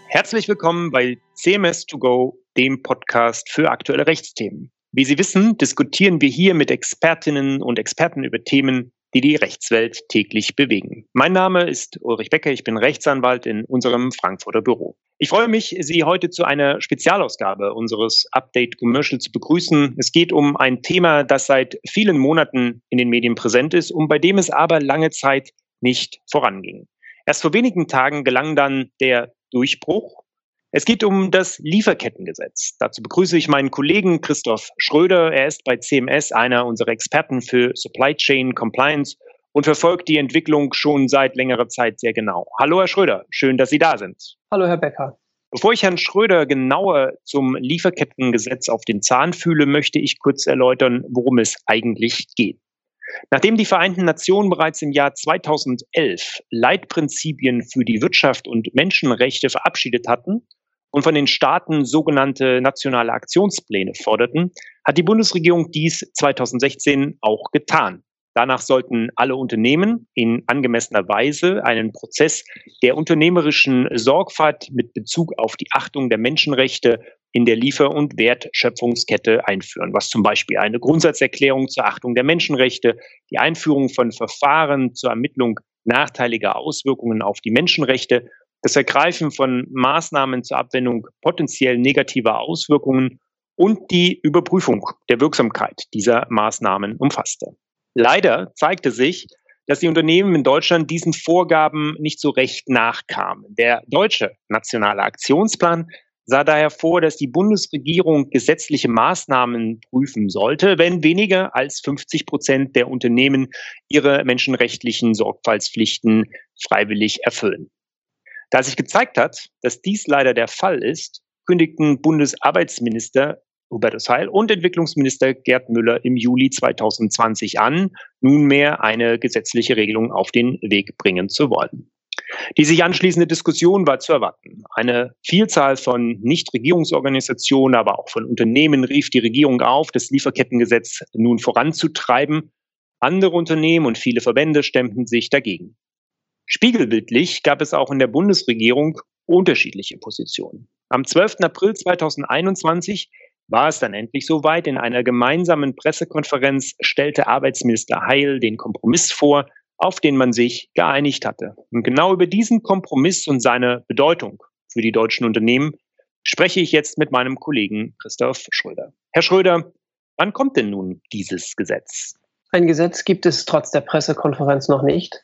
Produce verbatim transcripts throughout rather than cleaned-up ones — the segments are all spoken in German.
Herzlich willkommen bei C M S to go, dem Podcast für aktuelle Rechtsthemen. Wie Sie wissen, diskutieren wir hier mit Expertinnen und Experten über Themen, die die Rechtswelt täglich bewegen. Mein Name ist Ulrich Becker, ich bin Rechtsanwalt in unserem Frankfurter Büro. Ich freue mich, Sie heute zu einer Spezialausgabe unseres Update Commercial zu begrüßen. Es geht um ein Thema, das seit vielen Monaten in den Medien präsent ist und bei dem es aber lange Zeit nicht voranging. Erst vor wenigen Tagen gelang dann der Durchbruch. Es geht um das Lieferkettengesetz. Dazu begrüße ich meinen Kollegen Christoph Schröder. Er ist bei C M S einer unserer Experten für Supply Chain Compliance und verfolgt die Entwicklung schon seit längerer Zeit sehr genau. Hallo Herr Schröder, schön, dass Sie da sind. Hallo Herr Becker. Bevor ich Herrn Schröder genauer zum Lieferkettengesetz auf den Zahn fühle, möchte ich kurz erläutern, worum es eigentlich geht. Nachdem die Vereinten Nationen bereits im Jahr zweitausendelf Leitprinzipien für die Wirtschaft und Menschenrechte verabschiedet hatten und von den Staaten sogenannte nationale Aktionspläne forderten, hat die Bundesregierung dies zweitausendsechzehn auch getan. Danach sollten alle Unternehmen in angemessener Weise einen Prozess der unternehmerischen Sorgfalt mit Bezug auf die Achtung der Menschenrechte in der Liefer- und Wertschöpfungskette einführen, was zum Beispiel eine Grundsatzerklärung zur Achtung der Menschenrechte, die Einführung von Verfahren zur Ermittlung nachteiliger Auswirkungen auf die Menschenrechte, das Ergreifen von Maßnahmen zur Abwendung potenziell negativer Auswirkungen und die Überprüfung der Wirksamkeit dieser Maßnahmen umfasste. Leider zeigte sich, dass die Unternehmen in Deutschland diesen Vorgaben nicht so recht nachkamen. Der deutsche nationale Aktionsplan sah daher vor, dass die Bundesregierung gesetzliche Maßnahmen prüfen sollte, wenn weniger als fünfzig Prozent der Unternehmen ihre menschenrechtlichen Sorgfaltspflichten freiwillig erfüllen. Da sich gezeigt hat, dass dies leider der Fall ist, kündigten Bundesarbeitsminister Hubertus Heil und Entwicklungsminister Gerd Müller im Juli zweitausendzwanzig an, nunmehr eine gesetzliche Regelung auf den Weg bringen zu wollen. Die sich anschließende Diskussion war zu erwarten. Eine Vielzahl von Nichtregierungsorganisationen, aber auch von Unternehmen rief die Regierung auf, das Lieferkettengesetz nun voranzutreiben. Andere Unternehmen und viele Verbände stemmten sich dagegen. Spiegelbildlich gab es auch in der Bundesregierung unterschiedliche Positionen. Am zwölften April zweitausendeinundzwanzig war es dann endlich soweit. In einer gemeinsamen Pressekonferenz stellte Arbeitsminister Heil den Kompromiss vor, auf den man sich geeinigt hatte. Und genau über diesen Kompromiss und seine Bedeutung für die deutschen Unternehmen spreche ich jetzt mit meinem Kollegen Christoph Schröder. Herr Schröder, wann kommt denn nun dieses Gesetz? Ein Gesetz gibt es trotz der Pressekonferenz noch nicht.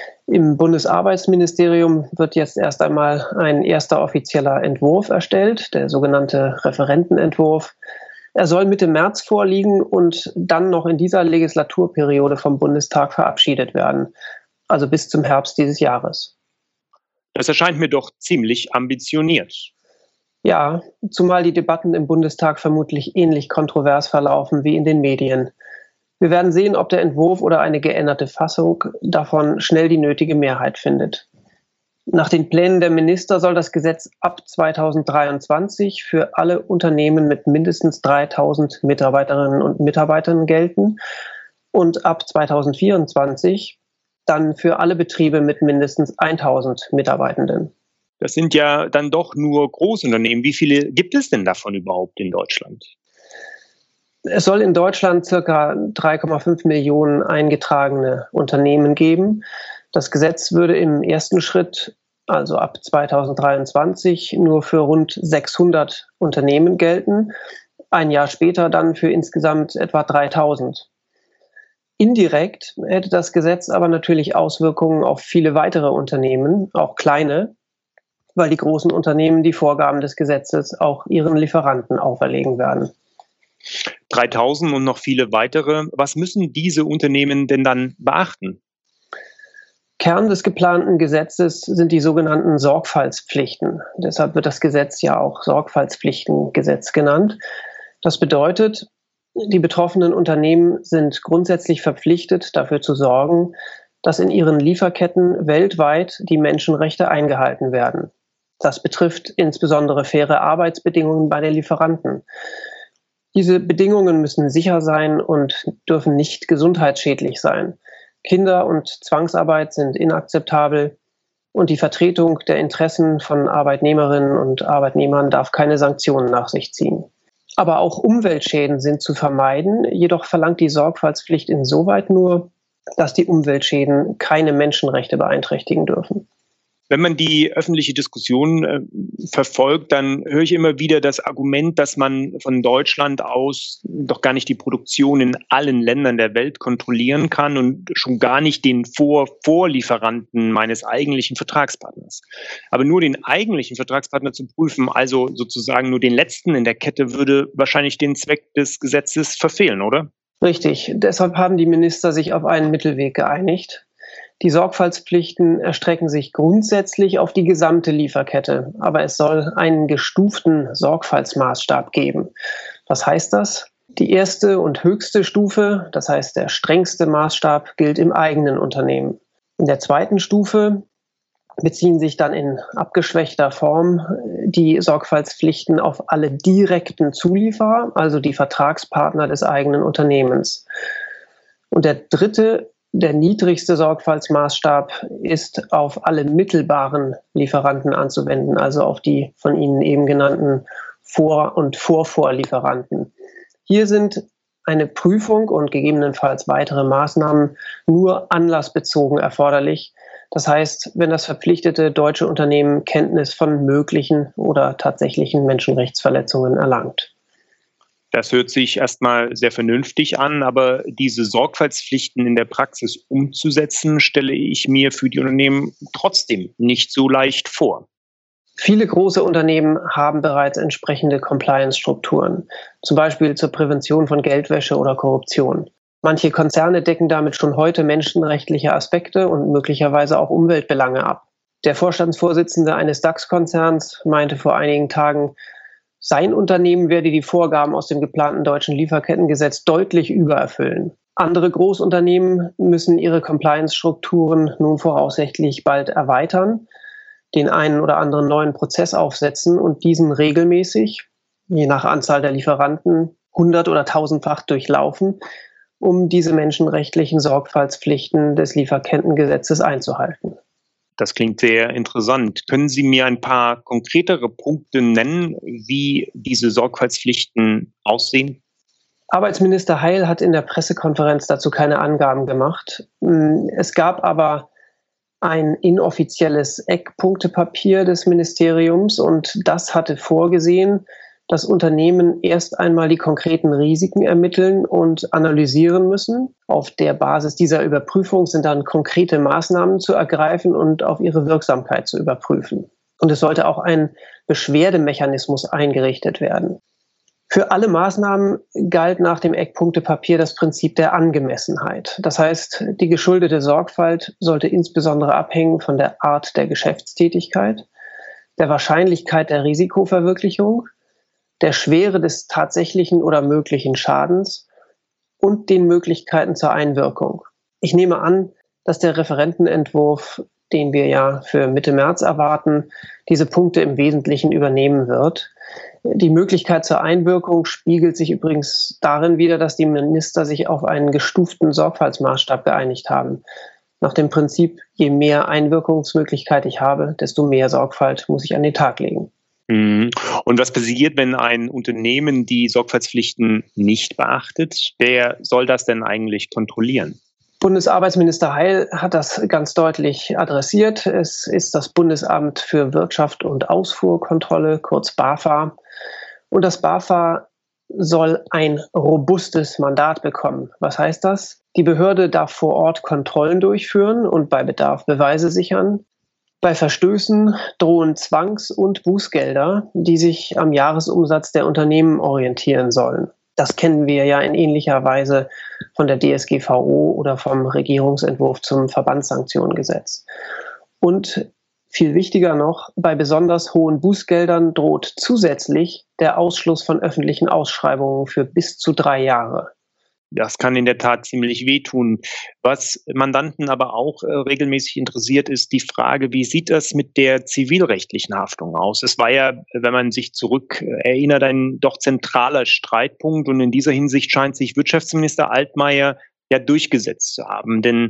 Im Bundesarbeitsministerium wird jetzt erst einmal ein erster offizieller Entwurf erstellt, der sogenannte Referentenentwurf. Er soll Mitte März vorliegen und dann noch in dieser Legislaturperiode vom Bundestag verabschiedet werden, also bis zum Herbst dieses Jahres. Das erscheint mir doch ziemlich ambitioniert. Ja, zumal die Debatten im Bundestag vermutlich ähnlich kontrovers verlaufen wie in den Medien. Wir werden sehen, ob der Entwurf oder eine geänderte Fassung davon schnell die nötige Mehrheit findet. Nach den Plänen der Minister soll das Gesetz ab zweitausenddreiundzwanzig für alle Unternehmen mit mindestens dreitausend Mitarbeiterinnen und Mitarbeitern gelten und ab zweitausendvierundzwanzig dann für alle Betriebe mit mindestens tausend Mitarbeitenden. Das sind ja dann doch nur Großunternehmen. Wie viele gibt es denn davon überhaupt in Deutschland? Es soll in Deutschland circa drei Komma fünf Millionen eingetragene Unternehmen geben. Das Gesetz würde im ersten Schritt, also ab zweitausenddreiundzwanzig, nur für rund sechshundert Unternehmen gelten, ein Jahr später dann für insgesamt etwa dreitausend. Indirekt hätte das Gesetz aber natürlich Auswirkungen auf viele weitere Unternehmen, auch kleine, weil die großen Unternehmen die Vorgaben des Gesetzes auch ihren Lieferanten auferlegen werden. dreitausend und noch viele weitere. Was müssen diese Unternehmen denn dann beachten? Kern des geplanten Gesetzes sind die sogenannten Sorgfaltspflichten. Deshalb wird das Gesetz ja auch Sorgfaltspflichtengesetz genannt. Das bedeutet, die betroffenen Unternehmen sind grundsätzlich verpflichtet, dafür zu sorgen, dass in ihren Lieferketten weltweit die Menschenrechte eingehalten werden. Das betrifft insbesondere faire Arbeitsbedingungen bei den Lieferanten. Diese Bedingungen müssen sicher sein und dürfen nicht gesundheitsschädlich sein. Kinder- und Zwangsarbeit sind inakzeptabel. und die Vertretung der Interessen von Arbeitnehmerinnen und Arbeitnehmern darf keine Sanktionen nach sich ziehen. Aber auch Umweltschäden sind zu vermeiden, jedoch verlangt die Sorgfaltspflicht insoweit nur, dass die Umweltschäden keine Menschenrechte beeinträchtigen dürfen. Wenn man die öffentliche Diskussion äh, verfolgt, dann höre ich immer wieder das Argument, dass man von Deutschland aus doch gar nicht die Produktion in allen Ländern der Welt kontrollieren kann und schon gar nicht den Vor Vorlieferanten meines eigentlichen Vertragspartners. Aber nur den eigentlichen Vertragspartner zu prüfen, also sozusagen nur den letzten in der Kette, würde wahrscheinlich den Zweck des Gesetzes verfehlen, oder? Richtig. Deshalb haben die Minister sich auf einen Mittelweg geeinigt. Die Sorgfaltspflichten erstrecken sich grundsätzlich auf die gesamte Lieferkette, aber es soll einen gestuften Sorgfaltsmaßstab geben. Was heißt das? Die erste und höchste Stufe, das heißt der strengste Maßstab, gilt im eigenen Unternehmen. In der zweiten Stufe beziehen sich dann in abgeschwächter Form die Sorgfaltspflichten auf alle direkten Zulieferer, also die Vertragspartner des eigenen Unternehmens. Und der dritte, der niedrigste Sorgfaltsmaßstab ist auf alle mittelbaren Lieferanten anzuwenden, also auf die von Ihnen eben genannten Vor- und Vorvorlieferanten. Hier sind eine Prüfung und gegebenenfalls weitere Maßnahmen nur anlassbezogen erforderlich. Das heißt, wenn das verpflichtete deutsche Unternehmen Kenntnis von möglichen oder tatsächlichen Menschenrechtsverletzungen erlangt. Das hört sich erstmal sehr vernünftig an, aber diese Sorgfaltspflichten in der Praxis umzusetzen, stelle ich mir für die Unternehmen trotzdem nicht so leicht vor. Viele große Unternehmen haben bereits entsprechende Compliance-Strukturen, zum Beispiel zur Prävention von Geldwäsche oder Korruption. Manche Konzerne decken damit schon heute menschenrechtliche Aspekte und möglicherweise auch Umweltbelange ab. Der Vorstandsvorsitzende eines DAX-Konzerns meinte vor einigen Tagen, sein Unternehmen werde die Vorgaben aus dem geplanten deutschen Lieferkettengesetz deutlich übererfüllen. Andere Großunternehmen müssen ihre Compliance-Strukturen nun voraussichtlich bald erweitern, den einen oder anderen neuen Prozess aufsetzen und diesen regelmäßig, je nach Anzahl der Lieferanten, hundert- oder tausendfach durchlaufen, um diese menschenrechtlichen Sorgfaltspflichten des Lieferkettengesetzes einzuhalten. Das klingt sehr interessant. Können Sie mir ein paar konkretere Punkte nennen, wie diese Sorgfaltspflichten aussehen? Arbeitsminister Heil hat in der Pressekonferenz dazu keine Angaben gemacht. Es gab aber ein inoffizielles Eckpunktepapier des Ministeriums und das hatte vorgesehen, dass Unternehmen erst einmal die konkreten Risiken ermitteln und analysieren müssen. Auf der Basis dieser Überprüfung sind dann konkrete Maßnahmen zu ergreifen und auf ihre Wirksamkeit zu überprüfen. Und es sollte auch ein Beschwerdemechanismus eingerichtet werden. Für alle Maßnahmen galt nach dem Eckpunktepapier das Prinzip der Angemessenheit. Das heißt, die geschuldete Sorgfalt sollte insbesondere abhängen von der Art der Geschäftstätigkeit, der Wahrscheinlichkeit der Risikoverwirklichung, der Schwere des tatsächlichen oder möglichen Schadens und den Möglichkeiten zur Einwirkung. Ich nehme an, dass der Referentenentwurf, den wir ja für Mitte März erwarten, diese Punkte im Wesentlichen übernehmen wird. Die Möglichkeit zur Einwirkung spiegelt sich übrigens darin wider, dass die Minister sich auf einen gestuften Sorgfaltsmaßstab geeinigt haben. Nach dem Prinzip, je mehr Einwirkungsmöglichkeit ich habe, desto mehr Sorgfalt muss ich an den Tag legen. Und was passiert, wenn ein Unternehmen die Sorgfaltspflichten nicht beachtet? Wer soll das denn eigentlich kontrollieren? Bundesarbeitsminister Heil hat das ganz deutlich adressiert. Es ist das Bundesamt für Wirtschaft und Ausfuhrkontrolle, kurz BAFA. Und das BAFA soll ein robustes Mandat bekommen. Was heißt das? Die Behörde darf vor Ort Kontrollen durchführen und bei Bedarf Beweise sichern. Bei Verstößen drohen Zwangs- und Bußgelder, die sich am Jahresumsatz der Unternehmen orientieren sollen. Das kennen wir ja in ähnlicher Weise von der D S G V O oder vom Regierungsentwurf zum Verbandssanktionengesetz. Und viel wichtiger noch, bei besonders hohen Bußgeldern droht zusätzlich der Ausschluss von öffentlichen Ausschreibungen für bis zu drei Jahre. Das kann in der Tat ziemlich wehtun. Was Mandanten aber auch äh, regelmäßig interessiert, ist die Frage, wie sieht das mit der zivilrechtlichen Haftung aus? Es war ja, wenn man sich zurück erinnert, ein doch zentraler Streitpunkt und in dieser Hinsicht scheint sich Wirtschaftsminister Altmaier ja durchgesetzt zu haben. Denn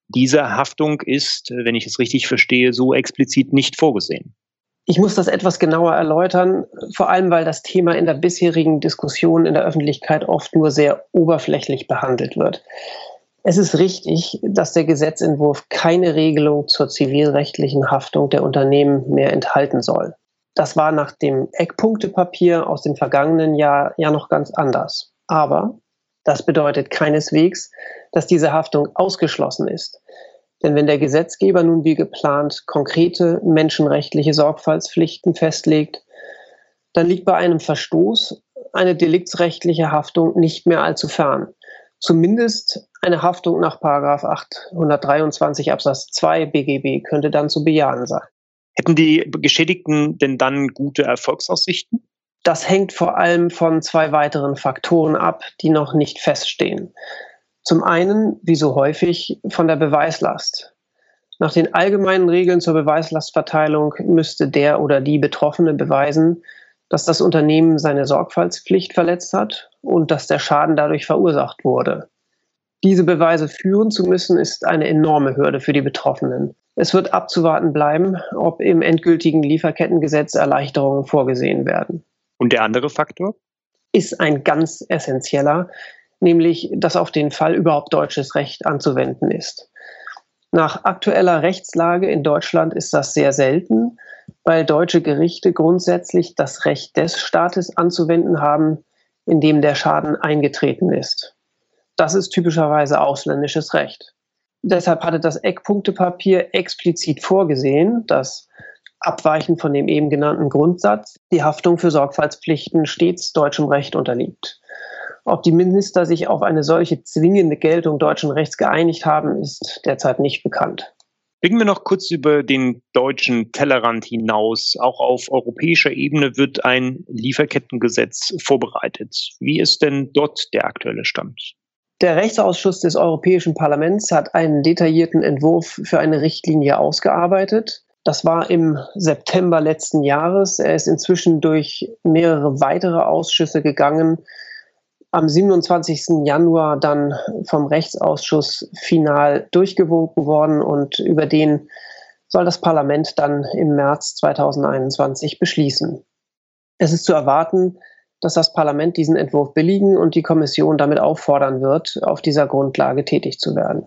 Diese Haftung ist, wenn ich es richtig verstehe, so explizit nicht vorgesehen. Ich muss das etwas genauer erläutern, vor allem weil das Thema in der bisherigen Diskussion in der Öffentlichkeit oft nur sehr oberflächlich behandelt wird. Es ist richtig, dass der Gesetzentwurf keine Regelung zur zivilrechtlichen Haftung der Unternehmen mehr enthalten soll. Das war nach dem Eckpunktepapier aus dem vergangenen Jahr ja noch ganz anders. Aber das bedeutet keineswegs, dass diese Haftung ausgeschlossen ist. Denn wenn der Gesetzgeber nun wie geplant konkrete menschenrechtliche Sorgfaltspflichten festlegt, dann liegt bei einem Verstoß eine deliktsrechtliche Haftung nicht mehr allzu fern. Zumindest eine Haftung nach Paragraph achthundertdreiundzwanzig Absatz zwei B G B könnte dann zu bejahen sein. Hätten die Geschädigten denn dann gute Erfolgsaussichten? Das hängt vor allem von zwei weiteren Faktoren ab, die noch nicht feststehen. Zum einen, wie so häufig, von der Beweislast. Nach den allgemeinen Regeln zur Beweislastverteilung müsste der oder die Betroffene beweisen, dass das Unternehmen seine Sorgfaltspflicht verletzt hat und dass der Schaden dadurch verursacht wurde. Diese Beweise führen zu müssen, ist eine enorme Hürde für die Betroffenen. Es wird abzuwarten bleiben, ob im endgültigen Lieferkettengesetz Erleichterungen vorgesehen werden. Und der andere Faktor? Ist ein ganz essentieller, nämlich dass auf den Fall überhaupt deutsches Recht anzuwenden ist. Nach aktueller Rechtslage in Deutschland ist das sehr selten, weil deutsche Gerichte grundsätzlich das Recht des Staates anzuwenden haben, in dem der Schaden eingetreten ist. Das ist typischerweise ausländisches Recht. Deshalb hatte das Eckpunktepapier explizit vorgesehen, dass abweichend von dem eben genannten Grundsatz die Haftung für Sorgfaltspflichten stets deutschem Recht unterliegt. Ob die Minister sich auf eine solche zwingende Geltung deutschen Rechts geeinigt haben, ist derzeit nicht bekannt. Blicken wir noch kurz über den deutschen Tellerrand hinaus. Auch auf europäischer Ebene wird ein Lieferkettengesetz vorbereitet. Wie ist denn dort der aktuelle Stand? Der Rechtsausschuss des Europäischen Parlaments hat einen detaillierten Entwurf für eine Richtlinie ausgearbeitet. Das war im September letzten Jahres. Er ist inzwischen durch mehrere weitere Ausschüsse gegangen. Am siebenundzwanzigsten Januar dann vom Rechtsausschuss final durchgewunken worden und über den soll das Parlament dann im März zweitausendeinundzwanzig beschließen. Es ist zu erwarten, dass das Parlament diesen Entwurf billigen und die Kommission damit auffordern wird, auf dieser Grundlage tätig zu werden.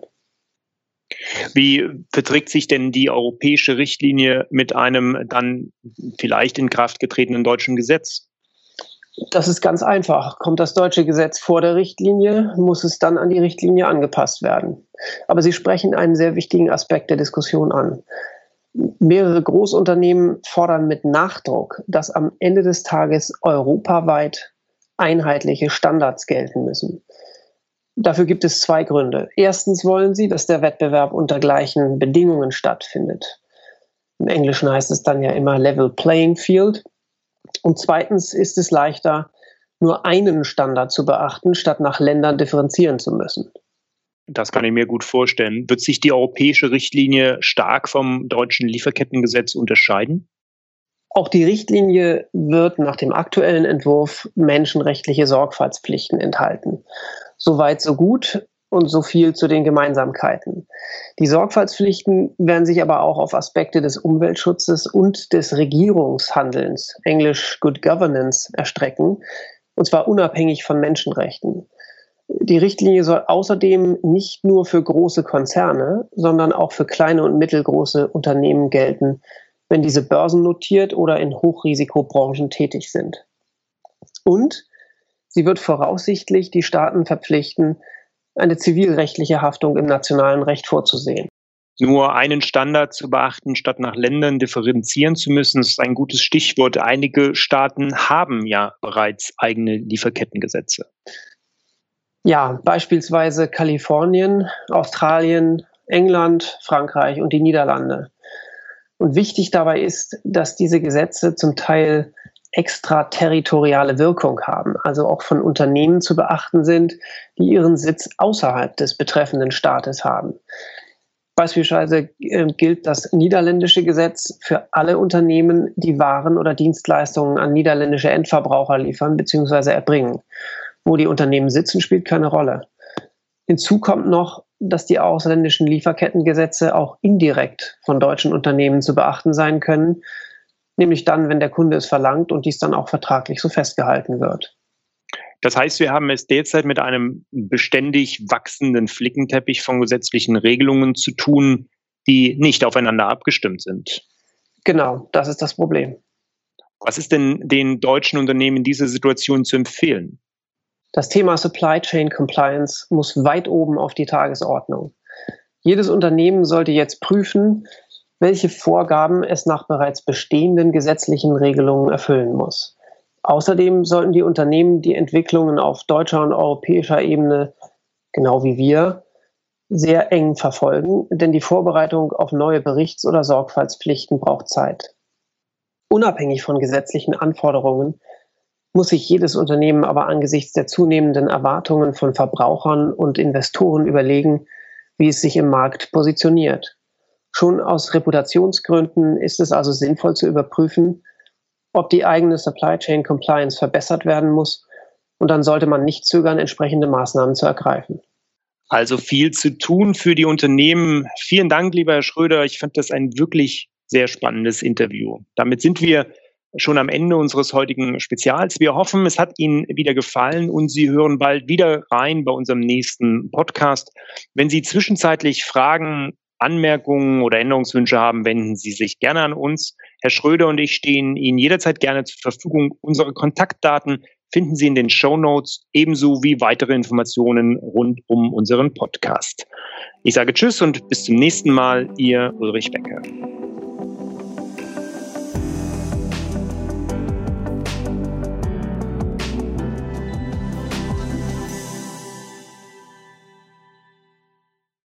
Wie verträgt sich denn die europäische Richtlinie mit einem dann vielleicht in Kraft getretenen deutschen Gesetz? Das ist ganz einfach. Kommt das deutsche Gesetz vor der Richtlinie, muss es dann an die Richtlinie angepasst werden. Aber Sie sprechen einen sehr wichtigen Aspekt der Diskussion an. Mehrere Großunternehmen fordern mit Nachdruck, dass am Ende des Tages europaweit einheitliche Standards gelten müssen. Dafür gibt es zwei Gründe. Erstens wollen sie, dass der Wettbewerb unter gleichen Bedingungen stattfindet. Im Englischen heißt es dann ja immer Level Playing Field. Und zweitens ist es leichter, nur einen Standard zu beachten, statt nach Ländern differenzieren zu müssen. Das kann ich mir gut vorstellen. Wird sich die europäische Richtlinie stark vom deutschen Lieferkettengesetz unterscheiden? Auch die Richtlinie wird nach dem aktuellen Entwurf menschenrechtliche Sorgfaltspflichten enthalten. Soweit, so gut und so viel zu den Gemeinsamkeiten. Die Sorgfaltspflichten werden sich aber auch auf Aspekte des Umweltschutzes und des Regierungshandelns, englisch Good Governance, erstrecken, und zwar unabhängig von Menschenrechten. Die Richtlinie soll außerdem nicht nur für große Konzerne, sondern auch für kleine und mittelgroße Unternehmen gelten, wenn diese börsennotiert oder in Hochrisikobranchen tätig sind. Und sie wird voraussichtlich die Staaten verpflichten, eine zivilrechtliche Haftung im nationalen Recht vorzusehen. Nur einen Standard zu beachten, statt nach Ländern differenzieren zu müssen, ist ein gutes Stichwort. Einige Staaten haben ja bereits eigene Lieferkettengesetze. Ja, beispielsweise Kalifornien, Australien, England, Frankreich und die Niederlande. Und wichtig dabei ist, dass diese Gesetze zum Teil extraterritoriale Wirkung haben, also auch von Unternehmen zu beachten sind, die ihren Sitz außerhalb des betreffenden Staates haben. Beispielsweise äh, gilt das niederländische Gesetz für alle Unternehmen, die Waren oder Dienstleistungen an niederländische Endverbraucher liefern bzw. erbringen. Wo die Unternehmen sitzen, spielt keine Rolle. Hinzu kommt noch, dass die ausländischen Lieferkettengesetze auch indirekt von deutschen Unternehmen zu beachten sein können, nämlich dann, wenn der Kunde es verlangt und dies dann auch vertraglich so festgehalten wird. Das heißt, wir haben es derzeit mit einem beständig wachsenden Flickenteppich von gesetzlichen Regelungen zu tun, die nicht aufeinander abgestimmt sind. Genau, das ist das Problem. Was ist denn den deutschen Unternehmen in dieser Situation zu empfehlen? Das Thema Supply Chain Compliance muss weit oben auf die Tagesordnung. Jedes Unternehmen sollte jetzt prüfen, welche Vorgaben es nach bereits bestehenden gesetzlichen Regelungen erfüllen muss. Außerdem sollten die Unternehmen die Entwicklungen auf deutscher und europäischer Ebene, genau wie wir, sehr eng verfolgen, denn die Vorbereitung auf neue Berichts- oder Sorgfaltspflichten braucht Zeit. Unabhängig von gesetzlichen Anforderungen muss sich jedes Unternehmen aber angesichts der zunehmenden Erwartungen von Verbrauchern und Investoren überlegen, wie es sich im Markt positioniert. Schon aus Reputationsgründen ist es also sinnvoll zu überprüfen, ob die eigene Supply Chain Compliance verbessert werden muss, und dann sollte man nicht zögern, entsprechende Maßnahmen zu ergreifen. Also viel zu tun für die Unternehmen. Vielen Dank, lieber Herr Schröder. Ich fand das ein wirklich sehr spannendes Interview. Damit sind wir schon am Ende unseres heutigen Spezials. Wir hoffen, es hat Ihnen wieder gefallen und Sie hören bald wieder rein bei unserem nächsten Podcast. Wenn Sie zwischenzeitlich Fragen, Anmerkungen oder Änderungswünsche haben, wenden Sie sich gerne an uns. Herr Schröder und ich stehen Ihnen jederzeit gerne zur Verfügung. Unsere Kontaktdaten finden Sie in den Shownotes, ebenso wie weitere Informationen rund um unseren Podcast. Ich sage Tschüss und bis zum nächsten Mal, Ihr Ulrich Becker.